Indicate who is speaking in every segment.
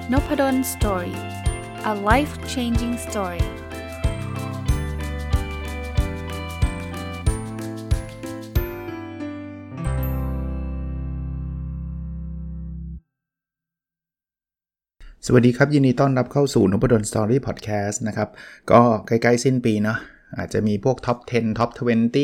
Speaker 1: Noppadan Story. A life-changing story.
Speaker 2: สวัสดีครับยินดีต้อนรับเข้าสู่ Noppadan Story Podcast นะครับก็ใกล้ๆสิ้นปีเนาะอาจจะมีพวก Top 10 Top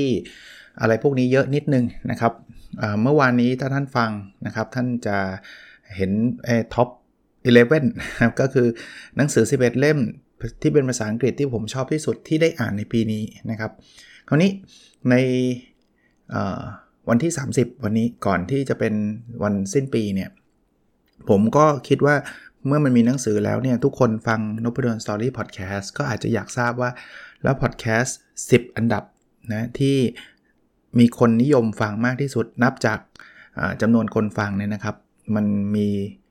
Speaker 2: 20 อะไรพวกนี้เยอะนิดนึงนะครับเมื่อวานนี้ถ้าท่านฟังนะครับท่านจะเห็นTop 11 นะครับก็คือหนังสือ11เล่มที่เป็นภาษาอังกฤษที่ผมชอบที่สุดที่ได้อ่านในปีนี้นะครับคราวนี้ในวันที่30วันนี้ก่อนที่จะเป็นวันสิ้นปีเนี่ยผมก็คิดว่าเมื่อมันมีหนังสือแล้วเนี่ยทุกคนฟัง Noppadan Story Podcast ก็อาจจะอยากทราบว่าแล้ว Podcast 10 อันดับนะที่มีคนนิยมฟังมากที่สุดนับจากจำนวนคนฟังเนี่ยนะครับมันมี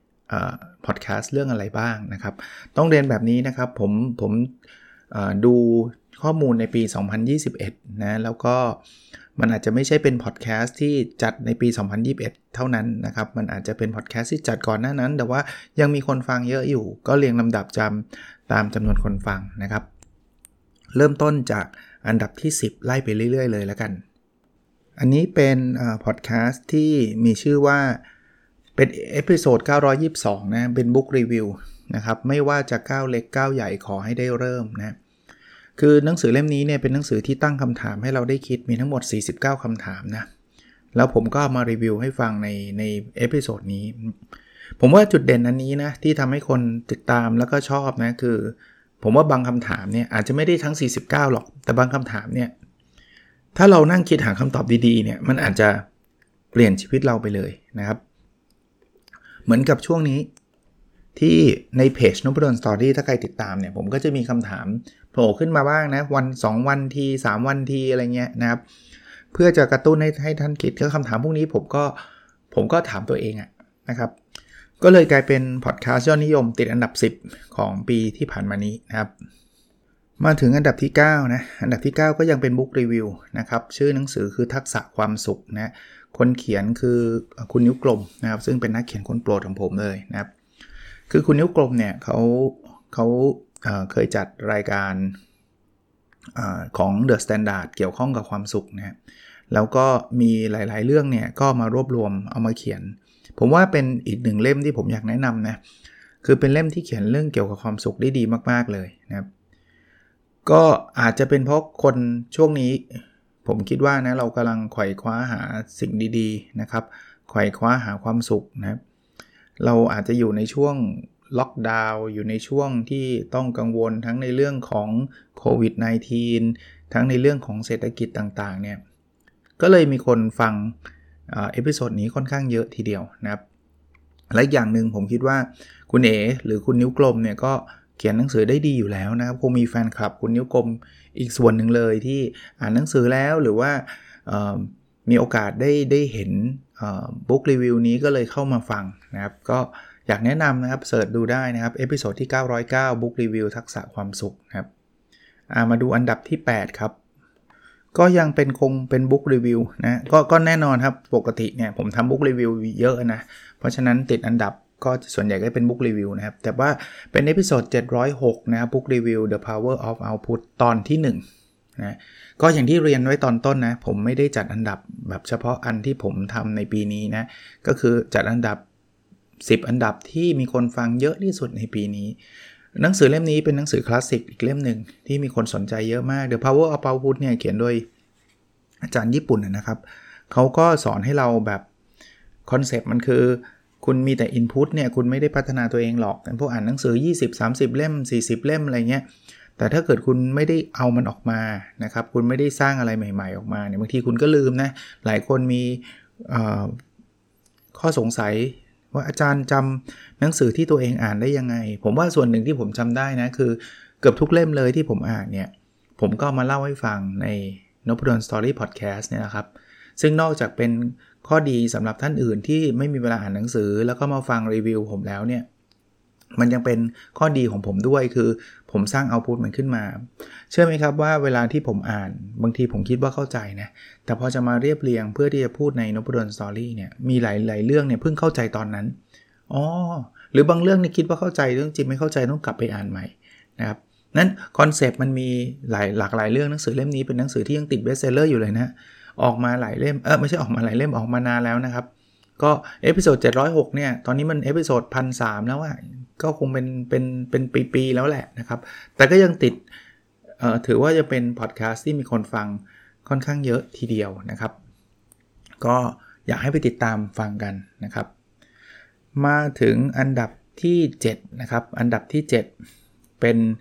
Speaker 2: Podcast เรื่องอะไรบ้างนะครับต้องเรียนแบบนี้นะครับผมดูข้อมูลในปี 2021 นะแล้วก็มันอาจจะไม่ใช่เป็นพอดแคสต์ที่จัดในปี 2021 เท่านั้นนะครับมันอาจจะเป็นพอดแคสต์ที่จัดก่อนหน้านั้นแต่ว่ายังมีคนฟังเยอะอยู่ก็เรียงลำดับตามจำนวนคนฟังนะครับเริ่มต้นจากอันดับที่10ไล่ไปเรื่อยๆเลยแล้วกันอันนี้เป็นพอดแคสต์ที่มีชื่อว่าเป็นเอพิโซด922นะเป็นบุ๊กรีวิวนะครับไม่ว่าจะก้าวเล็กก้าวใหญ่ขอให้ได้เริ่มนะคือหนังสือเล่มนี้เนี่ยเป็นหนังสือที่ตั้งคำถามให้เราได้คิดมีทั้งหมด49คำถามนะแล้วผมก็มารีวิวให้ฟังในเอพิโซดนี้ผมว่าจุดเด่นอันนี้นะที่ทำให้คนติดตามแล้วก็ชอบนะคือผมว่าบางคำถามเนี่ยอาจจะไม่ได้ทั้ง49หรอกแต่บางคำถามเนี่ยถ้าเรานั่งคิดหาคำตอบดีๆเนี่ยมันอาจจะเปลี่ยนชีวิตเราไปเลยนะครับเหมือนกับช่วงนี้ที่ในเพจ Noppadan Story ถ้าใครติดตามเนี่ยผมก็จะมีคำถามโผล่ขึ้นมาบ้างนะวัน2วันที3วันทีอะไรเงี้ยนะครับเพื่อจะกระตุ้นให้ท่านคิดก็คำถามพวกนี้ผมก็ถามตัวเองนะครับก็เลยกลายเป็นพอดแคสต์ยอดนิยมติดอันดับ10ของปีที่ผ่านมานี้นะครับมาถึงอันดับที่9นะอันดับที่9ก็ยังเป็นบุ๊กรีวิวนะครับชื่อหนังสือคือทักษะความสุขนะคนเขียนคือคุณนิ้วกลมนะครับซึ่งเป็นนักเขียนคนโปรดของผมเลยนะครับคือคุณนิ้วกลมเนี่ยเขาเคยจัดรายการของ The Standard เกี่ยวข้องกับความสุขนะแล้วก็มีหลายๆเรื่องเนี่ยก็มารวบรวมเอามาเขียนผมว่าเป็นอีกหนึ่งเล่มที่ผมอยากแนะนำนะคือเป็นเล่มที่เขียนเรื่องเกี่ยวกับความสุขได้ดีมากๆเลยนะครับก็อาจจะเป็นเพราะคนช่วงนี้ผมคิดว่านะเรากำลังไขว่คว้าหาสิ่งดีๆนะครับไขว่คว้าหาความสุขนะครับเราอาจจะอยู่ในช่วงล็อกดาวน์อยู่ในช่วงที่ต้องกังวลทั้งในเรื่องของโควิด -19 ทั้งในเรื่องของเศรษฐกิจต่างๆเนี่ยก็เลยมีคนฟังเอพิโซดนี้ค่อนข้างเยอะทีเดียวนะครับและอย่างหนึ่งผมคิดว่าคุณเอ๋หรือคุณนิ้วกลมเนี่ยก็เขียนหนังสือได้ดีอยู่แล้วนะครับคงมีแฟนคลับคุณนิ้วกลมอีกส่วนหนึ่งเลยที่อ่านหนังสือแล้วหรือว่ามีโอกาสได้เห็นบุ๊กรีวิวนี้ก็เลยเข้ามาฟังนะครับก็อยากแนะนำนะครับเสิร์ชดูได้นะครับเอพิโซดที่909บุ๊กรีวิวทักษะความสุขนะครับมาดูอันดับที่8ครับก็ยังคงเป็นบุ๊กรีวิวนะก็แน่นอนครับปกติเนี่ยผมทำบุ๊กรีวิวเยอะนะเพราะฉะนั้นติดอันดับก็ส่วนใหญ่ก็เป็นบุ๊กรีวิวนะครับแต่ว่าเป็นเอพิโซด706นะครับบุ๊กรีวิว The Power of Output ตอนที่1นะก็อย่างที่เรียนไว้ตอนต้นนะผมไม่ได้จัดอันดับแบบเฉพาะอันที่ผมทำในปีนี้นะก็คือจัดอันดับ10อันดับที่มีคนฟังเยอะที่สุดในปีนี้หนังสือเล่มนี้เป็นหนังสือคลาสสิกอีกเล่มหนึ่งที่มีคนสนใจเยอะมาก The Power of Output เนี่ยเขียนโดยอาจารย์ญี่ปุ่นนะครับเขาก็สอนให้เราแบบคอนเซปต์มันคือคุณมีแต่ input เนี่ยคุณไม่ได้พัฒนาตัวเองหรอกพวกอ่านหนังสือ20-30 เล่ม40เล่มอะไรเงี้ยแต่ถ้าเกิดคุณไม่ได้เอามันออกมานะครับคุณไม่ได้สร้างอะไรใหม่ๆออกมาเนี่ยบางทีคุณก็ลืมนะหลายคนมีข้อสงสัยว่าอาจารย์จำหนังสือที่ตัวเองอ่านได้ยังไงผมว่าส่วนหนึ่งที่ผมจำได้นะคือเกือบทุกเล่มเลยที่ผมอ่านเนี่ยผมก็มาเล่าให้ฟังใน Noppadan Story Podcast เนี่ยนะครับซึ่งนอกจากเป็นข้อดีสำหรับท่านอื่นที่ไม่มีเวลาอ่านหนังสือแล้วก็มาฟังรีวิวผมแล้วเนี่ยมันยังเป็นข้อดีของผมด้วยคือผมสร้างเอาท์พุตมันขึ้นมาเชื่อไหมครับว่าเวลาที่ผมอ่านบางทีผมคิดว่าเข้าใจนะแต่พอจะมาเรียบเรียงเพื่อที่จะพูดใน Noppadan Story เนี่ยมีหลายๆเรื่องเนี่ยเพิ่งเข้าใจตอนนั้นหรือบางเรื่องนี่คิดว่าเข้าใจเรื่องจริงไม่เข้าใจต้องกลับไปอ่านใหม่นะครับนั้นคอนเซปต์มันมีหลากหลายเรื่องหนังสือเล่มนี้เป็นหนังสือที่ยังติดเบสเซลเลอร์อยู่เลยนะออกมาหลายเล่มไม่ใช่ออกมาหลายเล่มออกมานานแล้วนะครับก็เอพิโซด706เนี่ยตอนนี้มันเอพิโซด 1,300 แล้วอะก็คงเป็นปีๆแล้วแหละนะครับแต่ก็ยังติดถือว่าจะเป็นพอดแคสต์ที่มีคนฟังค่อนข้างเยอะทีเดียวนะครับก็อยากให้ไปติดตามฟังกันนะครับมาถึงอันดับที่7นะครับอันดับที่7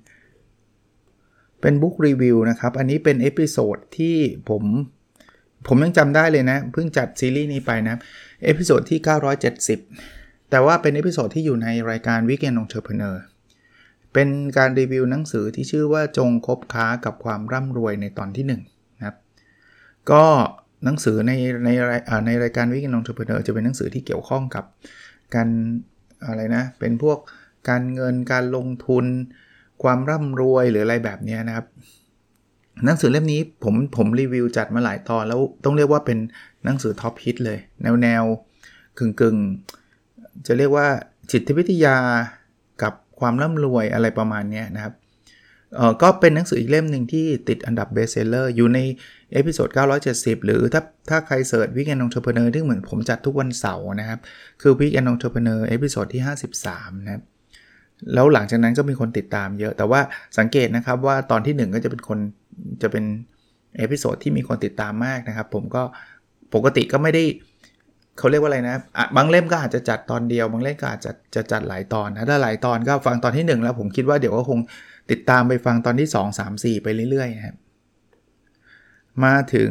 Speaker 2: เป็นบุ๊กรีวิวนะครับอันนี้เป็นเอพิโซดที่ผมยังจำได้เลยนะเพิ่งจัดซีรีส์นี้ไปนะเอพิโซดที่970แต่ว่าเป็นเอพิโซดที่อยู่ในรายการ Weekend Entrepreneur เป็นการรีวิวหนังสือที่ชื่อว่าจงคบค้ากับความร่ำรวยในตอนที่1นะครับก็หนังสือในรายการ Weekend Entrepreneur จะเป็นหนังสือที่เกี่ยวข้องกับการอะไรนะเป็นพวกการเงินการลงทุนความร่ำรวยหรืออะไรแบบนี้นะครับหนังสือเล่มนี้ผมรีวิวจัดมาหลายตอนแล้วต้องเรียกว่าเป็นหนังสือท็อปฮิตเลยแนวกึ่งจะเรียกว่าจิตวิทยากับความร่ำรวยอะไรประมาณนี้นะครับก็เป็นหนังสืออีกเล่มหนึ่งที่ติดอันดับเบสเซลเลอร์อยู่ในเอพิโซด970หรือถ้าใครเสิร์ช Weekend Entrepreneur ที่เหมือนผมจัดทุกวันเสาร์นะครับคือ Weekend Entrepreneur เอพิโซดที่53นะครับแล้วหลังจากนั้นก็มีคนติดตามเยอะแต่ว่าสังเกตนะครับว่าตอนที่1ก็จะเป็นเอพิโซดที่มีคนติดตามมากนะครับผมก็ปกติก็ไม่ได้เขาเรียกว่าอะไรนะบางเล่มก็อาจจะจัดตอนเดียวบางเล่มก็อาจจะจัดหลายตอนนะถ้าหลายตอนก็ฟังตอนที่1แล้วผมคิดว่าเดี๋ยวก็คงติดตามไปฟังตอนที่2 3 4ไปเรื่อยๆนะครับมาถึง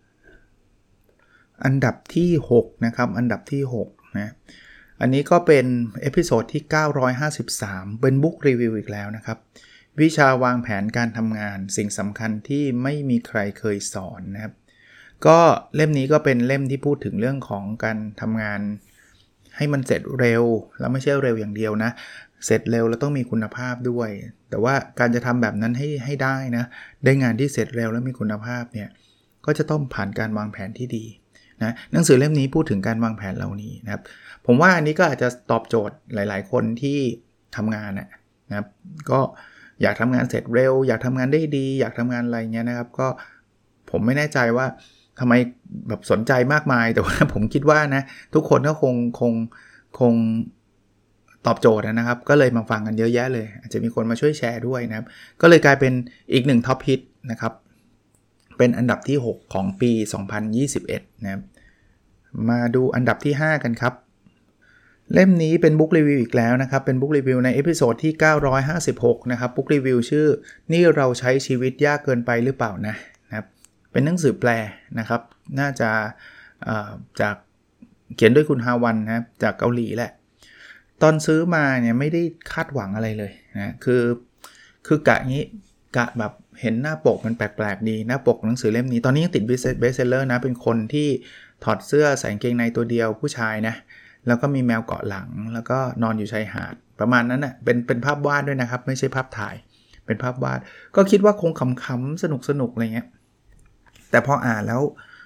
Speaker 2: อันดับที่6นะครับอันดับที่6นะอันนี้ก็เป็นเอพิโซดที่953เป็นบุ๊กรีวิวอีกแล้วนะครับวิชาวางแผนการทำงานสิ่งสำคัญที่ไม่มีใครเคยสอนนะครับก็เล่มนี้ก็เป็นเล่มที่พูดถึงเรื่องของการทำงานให้มันเสร็จเร็วแล้วไม่ใช่เร็วอย่างเดียวนะเสร็จเร็วแล้วต้องมีคุณภาพด้วยแต่ว่าการจะทำแบบนั้นให้ได้นะได้งานที่เสร็จเร็วและมีคุณภาพเนี่ยก็จะต้องผ่านการวางแผนที่ดีนะหนังสือเล่มนี้พูดถึงการวางแผนเหล่านี้นะครับผมว่าอันนี้ก็อาจจะตอบโจทย์หลายๆคนที่ทำงานนะครับก็อยากทำงานเสร็จเร็วอยากทำงานได้ดีอยากทำงานอะไรเงี้ยนะครับก็ผมไม่แน่ใจว่าทำไมแบบสนใจมากมายแต่ว่าผมคิดว่านะทุกคนก็คงตอบโจทย์นะครับก็เลยมาฟังกันเยอะแยะเลยอาจจะมีคนมาช่วยแชร์ด้วยนะครับก็เลยกลายเป็นอีก1ท็อปฮิตนะครับเป็นอันดับที่6ของปี2021นะครับมาดูอันดับที่5กันครับเล่มนี้เป็นบุ๊กรีวิวอีกแล้วนะครับเป็นบุ๊กรีวิวในเอพิโซดที่956นะครับบุ๊กรีวิวชื่อนี่เราใช้ชีวิตยากเกินไปหรือเปล่านะครับเป็นหนังสือแปลนะครับน่าจะจากเขียนด้วยคุณฮาวันนะครับจากเกาหลีแหละตอนซื้อมาเนี่ยไม่ได้คาดหวังอะไรเลยนะคือกะงี้กะแบบเห็นหน้าปกมันแปลกๆดีหน้าปกหนังสือเล่มนี้ตอนนี้ยังติดเบสเซลเลอร์นะเป็นคนที่ถอดเสื้อใส่กางเกงในตัวเดียวผู้ชายนะแล้วก็มีแมวเกาะหลังแล้วก็นอนอยู่ชายหาดประมาณนั้นน่ะเป็นภาพวาดด้วยนะครับไม่ใช่ภาพถ่ายเป็นภาพวาดก็คิดว่าคงขำๆสนุกอะไรเงี้ยแต่พออ่านแล้ว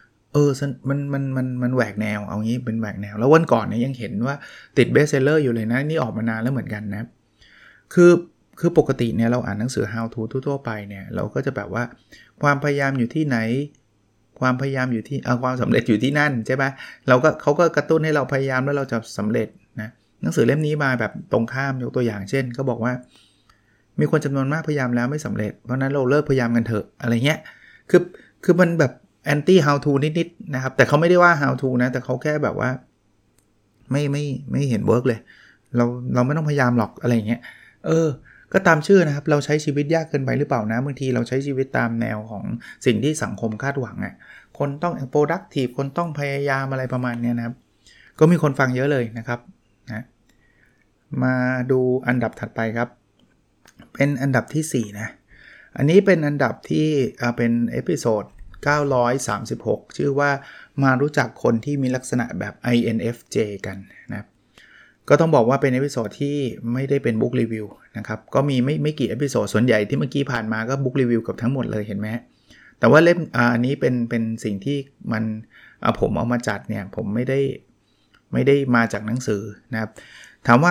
Speaker 2: มันแหวกแนวเอางี้เป็นแหวกแนวแล้ววันก่อนเนี่ยยังเห็นว่าติดเบสเซลเลอร์อยู่เลยนะนี่ออกมานานแล้วเหมือนกันนะคือปกติเนี่ยเราอ่านหนังสือ how to ทั่วไปเนี่ยเราก็จะแบบว่าความพยายามอยู่ที่ไหนความพยายามอยู่ที่ความสำเร็จอยู่ที่นั่นใช่ไหมเขาก็กระตุ้นให้เราพยายามแล้วเราจะสำเร็จนะหนังสือเล่มนี้มาแบบตรงข้ามยกตัวอย่างเช่นก็บอกว่ามีคนจำนวนมากพยายามแล้วไม่สำเร็จเพราะนั้นเราเลิกพยายามกันเถอะอะไรเงี้ยคือมันแบบanti how to นิดๆนะครับแต่เขาไม่ได้ว่า how to นะแต่เขาแค่แบบว่าไม่เห็นเวิร์กเลยเราไม่ต้องพยายามหรอกอะไรอย่างเงี้ยก็ตามชื่อนะครับเราใช้ชีวิตยากเกินไปหรือเปล่านะบางทีเราใช้ชีวิตตามแนวของสิ่งที่สังคมคาดหวังคนต้อง productive คนต้องพยายามอะไรประมาณนี้นะครับก็มีคนฟังเยอะเลยนะครับนะมาดูอันดับถัดไปครับเป็นอันดับที่4นะอันนี้เป็นอันดับที่เป็นเอพิโซด936ชื่อว่ามารู้จักคนที่มีลักษณะแบบ INFJ กันนะครับก็ต้องบอกว่าเป็นเอพิโซดที่ไม่ได้เป็นบุ๊กรีวิวนะครับก็มีไม่กี่เอพิโซดส่วนใหญ่ที่เมื่อกี้ผ่านมาก็บุ๊กรีวิวกับทั้งหมดเลยเห็นไหมแต่ว่าเล่มอันนี้เป็นสิ่งที่ผมเอามาจัดเนี่ยผมไม่ได้มาจากหนังสือนะครับถามว่า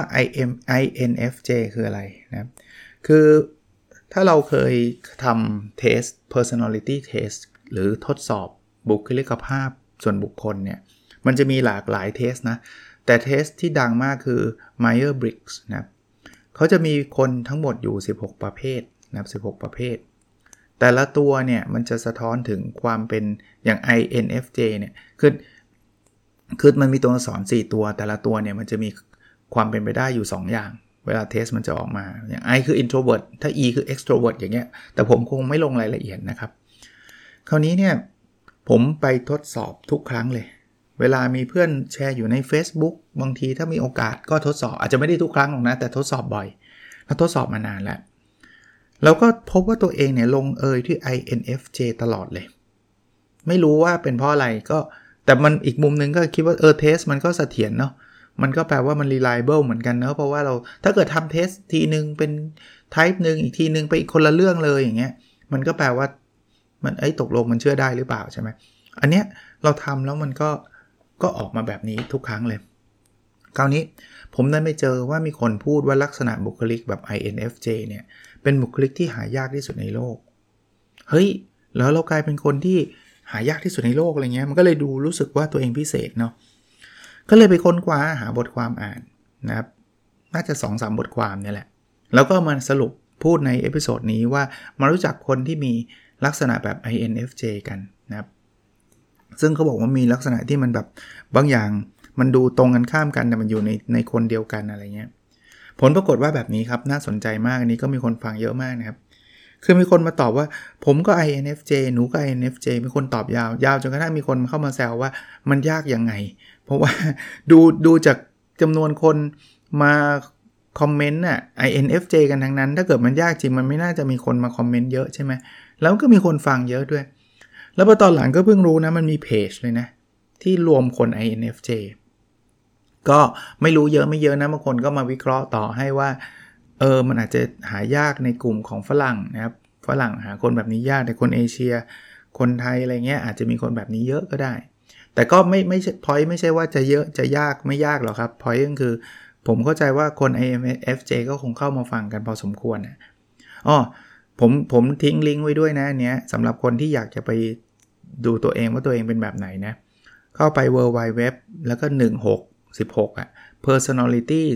Speaker 2: INFJ คืออะไรนะครับคือถ้าเราเคยทำ test personality test หรือทดสอบบุคลิกภาพส่วนบุคคลเนี่ยมันจะมีหลากหลายเทสนะแต่เทสที่ดังมากคือ Myers-Briggs นะครับเขาจะมีคนทั้งหมดอยู่16ประเภทนะครับ16ประเภทแต่ละตัวเนี่ยมันจะสะท้อนถึงความเป็นอย่าง INFJ เนี่ยคือมันมีตัวอักษร4ตัวแต่ละตัวเนี่ยมันจะมีความเป็นไปได้อยู่2อย่างเวลาเทสมันจะออกมาอย่าง I คือ introvert ถ้า E คือ extrovert อย่างเงี้ยแต่ผมคงไม่ลงรายละเอียดนะครับคราวนี้เนี่ยผมไปทดสอบทุกครั้งเลยเวลามีเพื่อนแชร์อยู่ใน Facebook บางทีถ้ามีโอกาสก็ทดสอบอาจจะไม่ได้ทุกครั้งหรอกนะแต่ทดสอบบ่อยแล้วทดสอบมานานแล้วเราก็พบว่าตัวเองเนี่ยลงที่ INFJ ตลอดเลยไม่รู้ว่าเป็นเพราะอะไรก็แต่มันอีกมุมนึงก็คิดว่าเทสมันก็เสถียรเนาะมันก็แปลว่ามัน reliable เหมือนกันเนาะเพราะว่าเราถ้าเกิดทำเทสทีนึงเป็น type นึงอีกทีนึงไปอีกคนละเรื่องเลยอย่างเงี้ยมันก็แปลว่ามันตกลงมันเชื่อได้หรือเปล่าใช่ไหมอันเนี้ยเราทำแล้วมันก็ออกมาแบบนี้ทุกครั้งเลยคราวนี้ผมได้ไปเจอว่ามีคนพูดว่าลักษณะบุคลิกแบบ INFJ เนี่ยเป็นบุคลิกที่หายากที่สุดในโลกเฮ้ยแล้วเรากลายเป็นคนที่หายากที่สุดในโลกอะไรเงี้ยมันก็เลยดูรู้สึกว่าตัวเองพิเศษเนาะก็เลยไปค้นคว้าหาบทความอ่านนะครับน่าจะ 2-3 บทความเนี่ยแหละแล้วก็มาสรุปพูดในเอพิโซดนี้ว่ามารู้จักคนที่มีลักษณะแบบ INFJ กันนะครับซึ่งเขาบอกว่ามีลักษณะที่มันแบบบางอย่างมันดูตรงกันข้ามกันแต่มันอยู่ในคนเดียวกันอะไรเงี้ยผลปรากฏว่าแบบนี้ครับน่าสนใจมากอันนี้ก็มีคนฟังเยอะมากนะครับคือมีคนมาตอบว่าผมก็ INFJ หนูก็ INFJ มีคนตอบยาวจนกระทั่งมีคนเข้ามาแซวว่ามันยากยังไงเพราะว่าดูจากจำนวนคนมาคอมเมนต์น่ะ INFJ กันทั้งนั้นถ้าเกิดมันยากจริงมันไม่น่าจะมีคนมาคอมเมนต์เยอะใช่ไหมแล้วก็มีคนฟังเยอะด้วยแล้วพอตอนหลังก็เพิ่งรู้นะมันมีเพจเลยนะที่รวมคน INFJ ก็ไม่รู้เยอะไม่เยอะนะบางคนก็มาวิเคราะห์ต่อให้ว่ามันอาจจะหายากในกลุ่มของฝรั่งนะครับฝรั่งหาคนแบบนี้ยากแต่คนเอเชียคนไทยอะไรเงี้ยอาจจะมีคนแบบนี้เยอะก็ได้แต่ก็ไม่ใช่ point ไม่ใช่ว่าจะเยอะจะยากไม่ยากหรอกครับ point ก็คือผมเข้าใจว่าคน INFJ ก็คงเข้ามาฟังกันพอสมควรนะผมทิ้งลิงก์ไว้ด้วยนะอันเนี้ยสำหรับคนที่อยากจะไปดูตัวเองว่าตัวเองเป็นแบบไหนนะเข้าไป worldwide แล้วก็16อ่ะpersonalities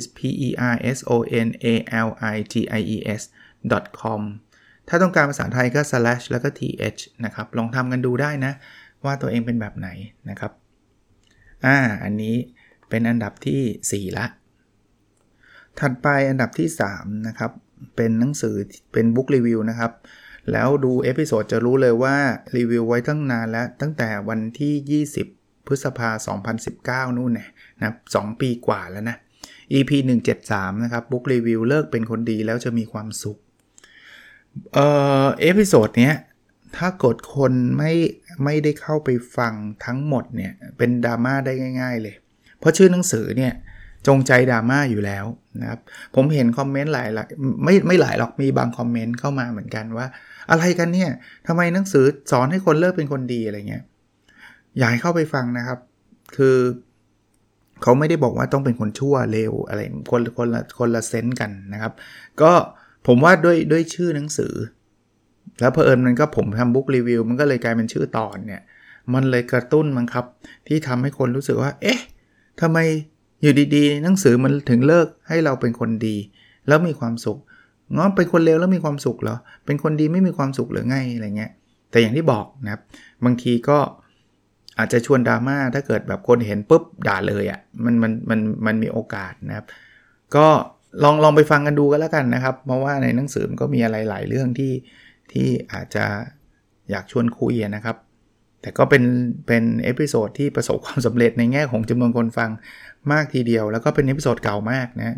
Speaker 2: personalities.com ถ้าต้องการภาษาไทยก็ / แล้วก็ th นะครับลองทำกันดูได้นะว่าตัวเองเป็นแบบไหนนะครับอันนี้เป็นอันดับที่4ละถัดไปอันดับที่3นะครับเป็นหนังสือเป็นบุ๊กรีวิวนะครับแล้วดูเอพิโซดจะรู้เลยว่ารีวิวไว้ตั้งนานแล้วตั้งแต่วันที่20พฤษภาคม2019นู่นนะครับ2ปีกว่าแล้วนะ EP 173นะครับบุ๊กรีวิวเลิกเป็นคนดีแล้วจะมีความสุขเอพิโซดเนี้ยถ้ากดคนไม่ได้เข้าไปฟังทั้งหมดเนี่ยเป็นดราม่าได้ง่ายๆเลยเพราะชื่อหนังสือเนี่ยจงใจดราม่าอยู่แล้วนะครับผมเห็นคอมเมนต์หลายไม่หลายหรอกมีบางคอมเมนต์เข้ามาเหมือนกันว่าอะไรกันเนี่ยทำไมหนังสือสอนให้คนเลิกเป็นคนดีอะไรเงี้ยอยากให้เข้าไปฟังนะครับคือเขาไม่ได้บอกว่าต้องเป็นคนชั่วเลวอะไรคนละเซนส์กันนะครับก็ผมว่าด้วยชื่อหนังสือแล้วเผอิญมันก็ผมทำบุ๊กรีวิวมันก็เลยกลายเป็นชื่อตอนเนี่ยมันเลยกระตุ้นมั้งครับที่ทำให้คนรู้สึกว่าเอ๊ะทำไมอยู่ดีๆหนังสือมันถึงเลิกให้เราเป็นคนดีแล้วมีความสุขงั้นเป็นคนเลวแล้วมีความสุขเหรอเป็นคนดีไม่มีความสุขหรือไงอะไรเงี้ยแต่อย่างที่บอกนะครับบางทีก็อาจจะชวนดราม่าถ้าเกิดแบบคนเห็นปุ๊บด่าเลยอ่ะมันมีโอกาสนะครับก็ลองไปฟังกันดูกันแล้วกันนะครับเพราะว่าในหนังสือมันก็มีอะไรหลายเรื่องที่อาจจะอยากชวนคุยนะครับแต่ก็เป็นเอพิโซดที่ประสบความสำเร็จในแง่ของจำนวนคนฟังมากทีเดียวแล้วก็เป็นเอพิโซดเก่ามากนะ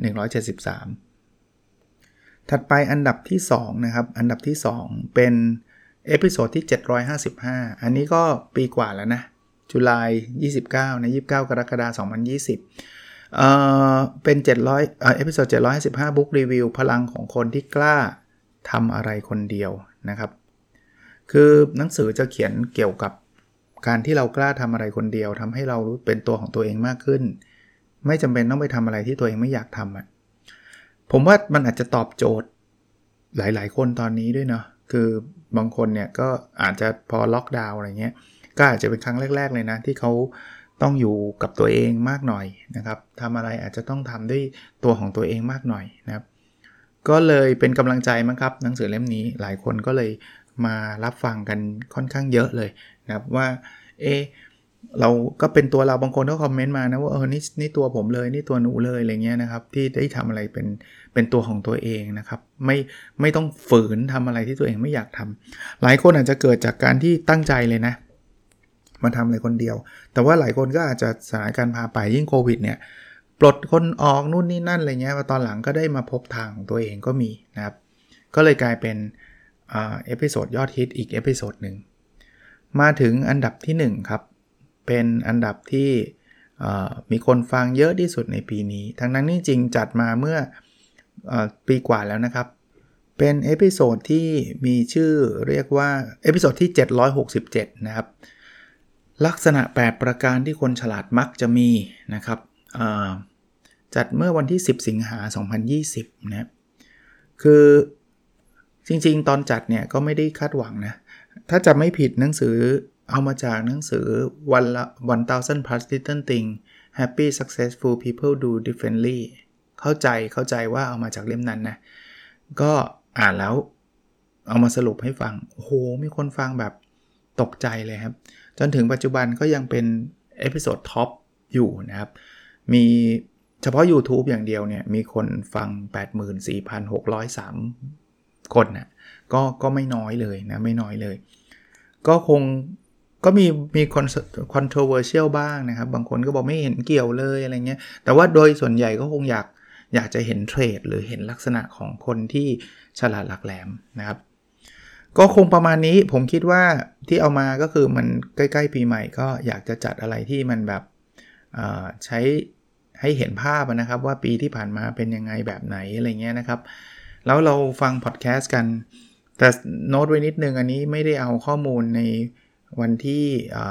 Speaker 2: 173ถัดไปอันดับที่2นะครับอันดับที่2เป็นเอพิโซดที่755อันนี้ก็ปีกว่าแล้วนะตุลา29นะ29กรกฎาคม2020เป็นเอพิโซด755บุ๊กรีวิวพลังของคนที่กล้าทำอะไรคนเดียวนะครับคือหนังสือจะเขียนเกี่ยวกับการที่เรากล้าทำอะไรคนเดียวทำให้เรารู้เป็นตัวของตัวเองมากขึ้นไม่จำเป็นต้องไปทำอะไรที่ตัวเองไม่อยากทำผมว่ามันอาจจะตอบโจทย์หลายๆคนตอนนี้ด้วยเนาะคือบางคนเนี่ยก็อาจจะพอล็อกดาวน์อะไรเงี้ยก็อาจจะเป็นครั้งแรกๆเลยนะที่เขาต้องอยู่กับตัวเองมากหน่อยนะครับทำอะไรอาจจะต้องทำด้วยตัวของตัวเองมากหน่อยนะครับก็เลยเป็นกำลังใจมั้งครับหนังสือเล่มนี้หลายคนก็เลยมารับฟังกันค่อนข้างเยอะเลยนะครับว่าเราก็เป็นตัวเราบางคนก็คอมเมนต์มานะว่านี่ตัวผมเลยนี่ตัวหนูเลยอะไรเงี้ยนะครับที่ได้ทำอะไรเป็นตัวของตัวเองนะครับไม่ต้องฝืนทำอะไรที่ตัวเองไม่อยากทำหลายคนอาจจะเกิดจากการที่ตั้งใจเลยนะมาทำอะไรคนเดียวแต่ว่าหลายคนก็อาจจะสถานการณ์พาไปยิ่งโควิดเนี่ยปลดคนออกนู่นนี่นั่นอะไรเงี้ยตอนหลังก็ได้มาพบทางของตัวเองก็มีนะครับก็เลยกลายเป็นเอพิโซดยอดฮิตอีกเอพิโซดนึงมาถึงอันดับที่1ครับเป็นอันดับที่มีคนฟังเยอะที่สุดในปีนี้ทั้งนั้นจริงจัดมาเมื่อปีกว่าแล้วนะครับเป็นเอพิโซดที่มีชื่อเรียกว่าเอพิโซดที่767นะครับลักษณะ8ประการที่คนฉลาดมักจะมีนะครับจัดเมื่อวันที่10สิงหาคม2020นะคือจริงๆตอนจัดเนี่ยก็ไม่ได้คาดหวังนะถ้าจะไม่ผิดหนังสือเอามาจากหนังสือ1000 plus little thing happy successful people do differently เข้าใจว่าเอามาจากเล่มนั้นนะก็อ่านแล้วเอามาสรุปให้ฟังโอ้โหมีคนฟังแบบตกใจเลยครับจนถึงปัจจุบันก็ยังเป็นเอพิโซดท็อปอยู่นะครับมีเฉพาะ YouTube อย่างเดียวเนี่ยมีคนฟัง 84,603 คนนะก็ไม่น้อยเลยนะไม่น้อยเลยก็มีcontroversial บ้างนะครับบางคนก็บอกไม่เห็นเกี่ยวเลยอะไรเงี้ยแต่ว่าโดยส่วนใหญ่ก็คงอยากจะเห็นเทรดหรือเห็นลักษณะของคนที่ฉลาดหลักแหลมนะครับก็คงประมาณนี้ผมคิดว่าที่เอามาก็คือมันใกล้ๆปีใหม่ก็อยากจะจัดอะไรที่มันแบบใช้ให้เห็นภาพนะครับว่าปีที่ผ่านมาเป็นยังไงแบบไหนอะไรเงี้ยนะครับแล้วเราฟังพอดแคสต์กันแต่โน้ตไว้นิดนึงอันนี้ไม่ได้เอาข้อมูลในวันที่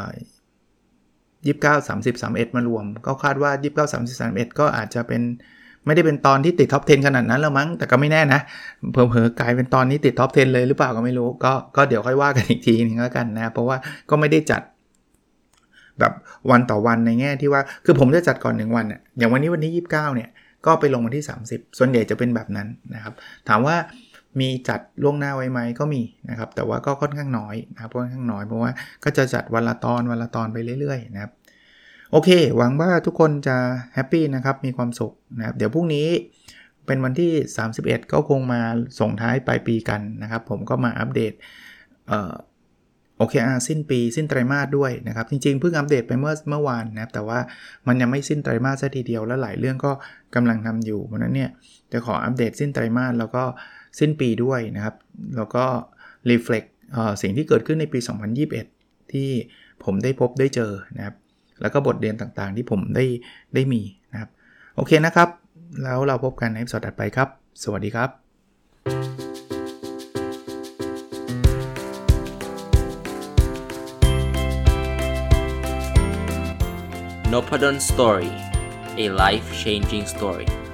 Speaker 2: 29 30 31มารวมก็คาดว่า29 30 31ก็อาจจะเป็นไม่ได้เป็นตอนที่ติดท็อป 10 ขนาดนั้นแล้วมั้งแต่ก็ไม่แน่นะเผลอๆกลายเป็นตอนนี้ติดท็อป 10 เลยหรือเปล่าก็ไม่รู้ก็เดี๋ยวค่อยว่ากันอีกทีนึงแล้วกันนะเพราะว่าก็ไม่ได้จัดแบบวันต่อวันในแง่ที่ว่าคือผมจะจัดก่อน1วันน่ะอย่างวันนี้วันที่29เนี่ยก็ไปลงวันที่30ส่วนใหญ่จะเป็นแบบนั้นนะครับถามว่ามีจัดล่วงหน้าไว้ไหมก็มีนะครับแต่ว่าก็ค่อนข้างน้อยนะครับค่อนข้างน้อยเพราะว่าก็จะจัดวันละตอนไปเรื่อยๆนะครับโอเคหวังว่าทุกคนจะแฮปปี้นะครับมีความสุขนะครับเดี๋ยวพรุ่งนี้เป็นวันที่31ก็คงมาส่งท้ายปลายปีกันนะครับผมก็มาอัปเดตOKR สิ้นปีสิ้นไตรมาสด้วยนะครับจริงๆเพิ่งอัปเดตไปเมื่อวานนะครับแต่ว่ามันยังไม่สิ้นไตรมาสซะทีเดียวและหลายเรื่องก็กำลังทำอยู่เพราะนั้นเนี่ยจะขออัปเดตสิ้นไตรมาสแล้วก็สิ้นปีด้วยนะครับแล้วก็ reflect สิ่งที่เกิดขึ้นในปี 2021 ที่ผมได้พบได้เจอนะครับแล้วก็บทเรียนต่างๆที่ผมได้มีนะครับโอเคนะครับแล้วเราพบกันในตอนถัดไปครับสวัสดีครับ
Speaker 3: Nopadon Story, a life-changing story.